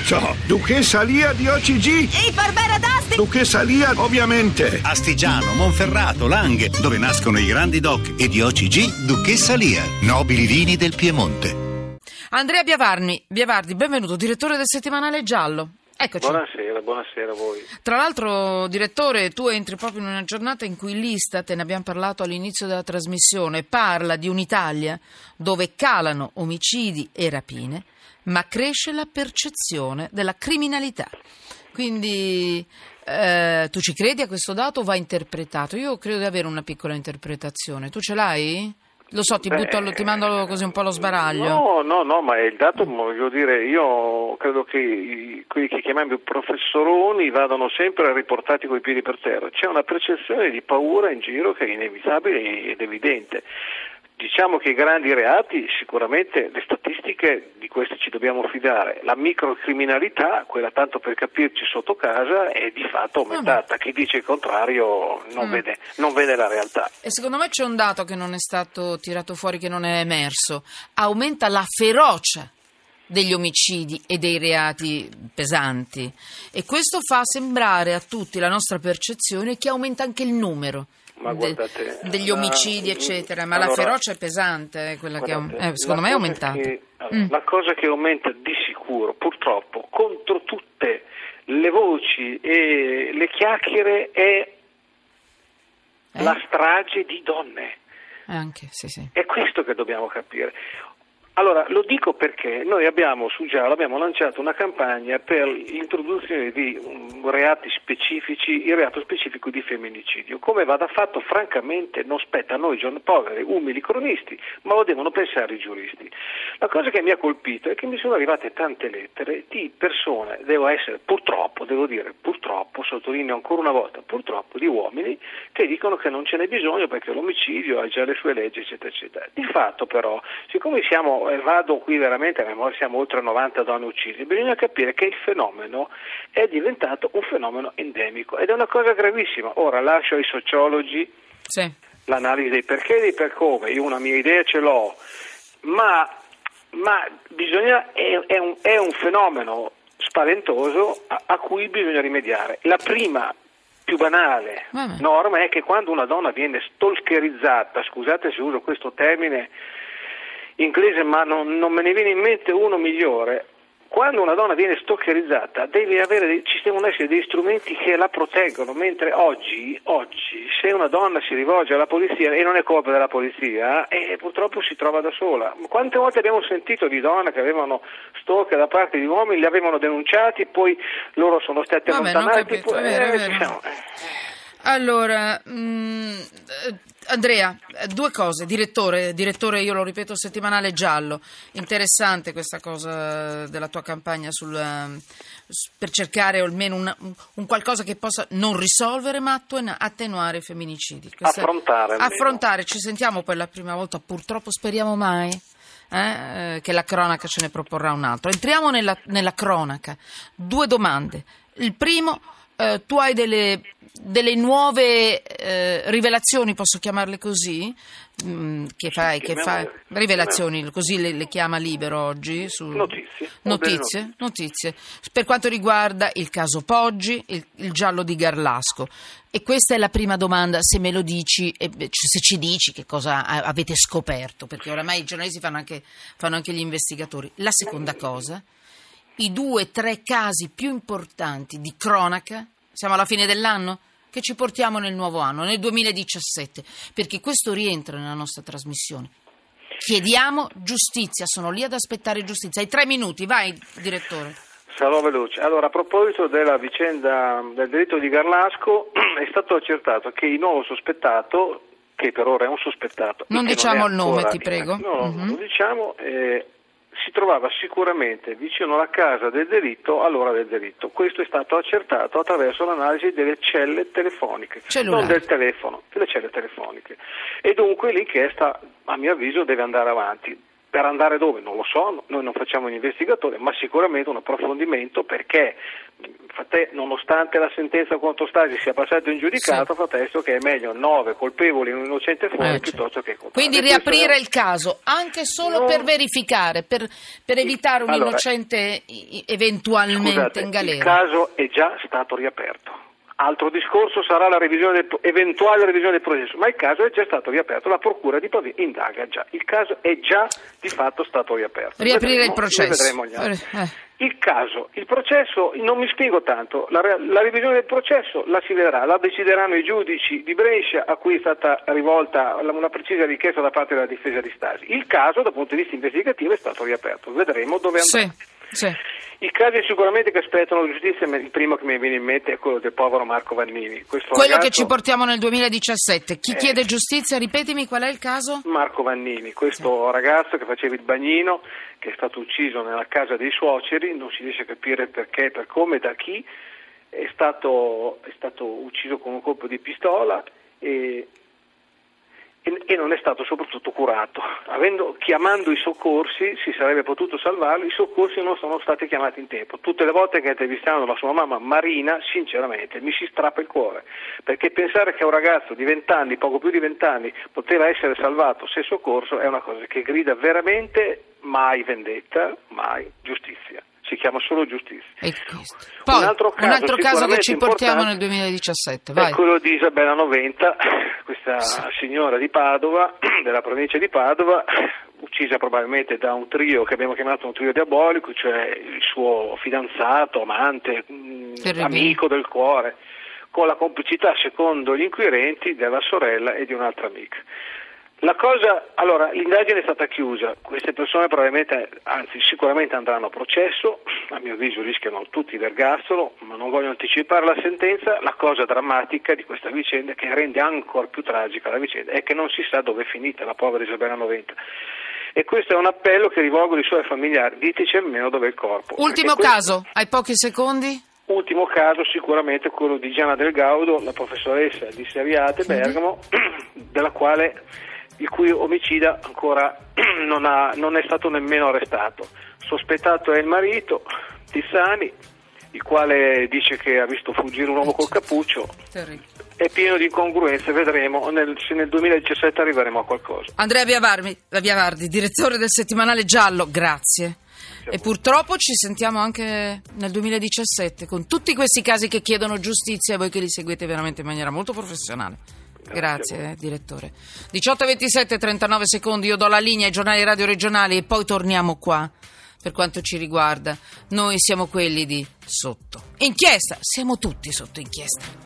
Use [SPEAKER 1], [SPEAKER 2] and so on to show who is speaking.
[SPEAKER 1] so, Duchessa Lia di OCG.
[SPEAKER 2] E Barbera d'Asti.
[SPEAKER 1] Duchessa Lia, ovviamente.
[SPEAKER 3] Astigiano, Monferrato, Langhe, dove nascono i grandi doc, e di OCG Duchessa Lia, nobili vini del Piemonte.
[SPEAKER 4] Andrea Biavardi, benvenuto, direttore del settimanale Giallo. Eccoci.
[SPEAKER 5] Buonasera a voi.
[SPEAKER 4] Tra l'altro, direttore, tu entri proprio in una giornata in cui l'Istat, ne abbiamo parlato all'inizio della trasmissione, parla di un'Italia dove calano omicidi e rapine, ma cresce la percezione della criminalità. Quindi tu ci credi a questo dato o va interpretato? Io credo di avere una piccola interpretazione. Tu ce l'hai? Lo so, ti mando così un po' allo sbaraglio.
[SPEAKER 5] No, ma il dato, voglio dire, io credo che quelli che chiamiamo professoroni vadano sempre riportati coi piedi per terra. C'è una percezione di paura in giro che è inevitabile ed evidente. Diciamo che i grandi reati, sicuramente le statistiche di queste ci dobbiamo fidare. La microcriminalità, quella tanto per capirci sotto casa, è di fatto aumentata. Chi dice il contrario non vede la realtà.
[SPEAKER 4] E secondo me c'è un dato che non è stato tirato fuori, che non è emerso. Aumenta la ferocia degli omicidi e dei reati pesanti. E questo fa sembrare a tutti, la nostra percezione, che aumenta anche il numero.
[SPEAKER 5] Ma guardate,
[SPEAKER 4] degli omicidi eccetera, ma allora, la ferocia è pesante, quella secondo me è aumentata.
[SPEAKER 5] La cosa che aumenta di sicuro, purtroppo, contro tutte le voci e le chiacchiere è la strage di donne.
[SPEAKER 4] Anche, sì.
[SPEAKER 5] È questo che dobbiamo capire. Allora, lo dico perché noi abbiamo su Giallo lanciato una campagna per l'introduzione di reati specifici, il reato specifico di femminicidio. Come vada fatto, francamente, non spetta a noi poveri, umili cronisti, ma lo devono pensare i giuristi. La cosa che mi ha colpito è che mi sono arrivate tante lettere di persone, purtroppo, sottolineo ancora una volta, purtroppo, di uomini che dicono che non ce n'è bisogno perché l'omicidio ha già le sue leggi, eccetera, eccetera. Di fatto, però, siccome vado qui veramente a memoria, siamo oltre 90 donne uccise, bisogna capire che il fenomeno è diventato un fenomeno endemico ed è una cosa gravissima. Ora lascio ai sociologi l'analisi dei perché e dei per come, io una mia idea ce l'ho, ma è un fenomeno spaventoso a cui bisogna rimediare. La prima più banale norma è che quando una donna viene stalkerizzata, scusate se uso questo termine inglese, ma non me ne viene in mente uno migliore. Quando una donna viene stalkerizzata ci devono essere degli strumenti che la proteggono, mentre oggi se una donna si rivolge alla polizia e non è colpa della polizia, purtroppo si trova da sola. Quante volte abbiamo sentito di donne che avevano stalker da parte di uomini, li avevano denunciati, poi loro sono stati allontanati.
[SPEAKER 4] Allora, Andrea, due cose, direttore, io lo ripeto, settimanale Giallo, interessante questa cosa della tua campagna per cercare almeno un qualcosa che possa non risolvere ma attenuare i femminicidi. Affrontare, ci sentiamo per la prima volta, purtroppo speriamo mai che la cronaca ce ne proporrà un altro. Entriamo nella cronaca, due domande. Il primo, tu hai delle nuove rivelazioni, posso chiamarle così, che fai rivelazioni, così le chiama Libero oggi, su notizie per quanto riguarda il caso Poggi, il giallo di Garlasco. E questa è la prima domanda, se me lo dici, se ci dici che cosa avete scoperto, perché oramai i giornalisti fanno anche gli investigatori. La seconda cosa, i 2-3 casi più importanti di cronaca, siamo alla fine dell'anno, che ci portiamo nel nuovo anno, nel 2017, perché questo rientra nella nostra trasmissione. Chiediamo giustizia, sono lì ad aspettare giustizia. Hai 3 minuti, vai direttore.
[SPEAKER 5] Sarò veloce. Allora, a proposito della vicenda del delitto di Garlasco, è stato accertato che il nuovo sospettato, che per ora è un sospettato...
[SPEAKER 4] Non diciamo il nome, ti prego.
[SPEAKER 5] Non lo diciamo... si trovava sicuramente vicino alla casa del delitto all'ora del delitto. Questo è stato accertato attraverso l'analisi delle celle telefoniche, non del telefono, delle celle telefoniche. E dunque l'inchiesta, a mio avviso, deve andare avanti. Per andare dove? Non lo so, noi non facciamo un investigatore, ma sicuramente un approfondimento, perché nonostante la sentenza contro Stasi sia passata in giudicato, fa testo che è meglio 9 colpevoli e un innocente fuori piuttosto che contro.
[SPEAKER 4] Quindi riaprire il caso, anche solo per verificare, per evitare un innocente eventualmente in galera.
[SPEAKER 5] Il caso è già stato riaperto. Altro discorso sarà la eventuale revisione del processo, ma il caso è già stato riaperto, la procura di Pavia indaga già, il caso è già di fatto stato riaperto.
[SPEAKER 4] Riaprire il processo.
[SPEAKER 5] Vedremo gli altri. Il processo, non mi spiego tanto, la revisione del processo la si vedrà, la decideranno i giudici di Brescia, a cui è stata rivolta una precisa richiesta da parte della difesa di Stasi. Il caso dal punto di vista investigativo è stato riaperto, vedremo dove andrà.
[SPEAKER 4] Sì.
[SPEAKER 5] I casi sicuramente che aspettano giustizia, il primo che mi viene in mente è quello del povero Marco Vannini.
[SPEAKER 4] Quello che ci portiamo nel 2017. Chi chiede giustizia, ripetimi qual è il caso?
[SPEAKER 5] Marco Vannini, questo ragazzo che faceva il bagnino, che è stato ucciso nella casa dei suoceri, non si riesce a capire perché, per come, da chi, è stato ucciso con un colpo di pistola e non è stato soprattutto curato. Chiamando i soccorsi si sarebbe potuto salvarlo, i soccorsi non sono stati chiamati in tempo. Tutte le volte che intervistiamo la sua mamma Marina, sinceramente mi si strappa il cuore, perché pensare che un ragazzo di 20 anni, poco più di 20 anni, poteva essere salvato se soccorso è una cosa che grida veramente mai vendetta, mai giustizia. Si chiama solo giustizia.
[SPEAKER 4] Poi, un altro caso che ci portiamo nel 2017, vai.
[SPEAKER 5] È quello di Isabella Noventa, questa signora di Padova, della provincia di Padova, uccisa probabilmente da un trio che abbiamo chiamato un trio diabolico, cioè il suo fidanzato, amante, amico del cuore, con la complicità, secondo gli inquirenti, della sorella e di un'altra amica. L'indagine è stata chiusa, queste persone probabilmente, anzi sicuramente andranno a processo, a mio avviso rischiano tutti l'ergastolo, ma non voglio anticipare la sentenza. La cosa drammatica di questa vicenda, che rende ancora più tragica la vicenda, è che non si sa dove è finita la povera Isabella Noventa. E questo è un appello che rivolgo ai suoi familiari, diteci almeno dove è il corpo.
[SPEAKER 4] Ultimo caso, hai pochi secondi?
[SPEAKER 5] Ultimo caso sicuramente quello di Gianna Del Gaudo, la professoressa di Seriate Bergamo, il cui omicida ancora non è stato nemmeno arrestato. Sospettato è il marito, Tissani, il quale dice che ha visto fuggire un uomo col cappuccio.
[SPEAKER 4] Terribile.
[SPEAKER 5] È pieno di incongruenze, vedremo se nel 2017 arriveremo a qualcosa.
[SPEAKER 4] Andrea Viavardi, direttore del settimanale Giallo, grazie. E purtroppo ci sentiamo anche nel 2017 con tutti questi casi che chiedono giustizia, voi che li seguite veramente in maniera molto professionale. Grazie direttore. 18:27, 39 secondi, io do la linea ai giornali radio regionali e poi torniamo qua. Per quanto ci riguarda, noi siamo quelli di sotto inchiesta, siamo tutti sotto inchiesta.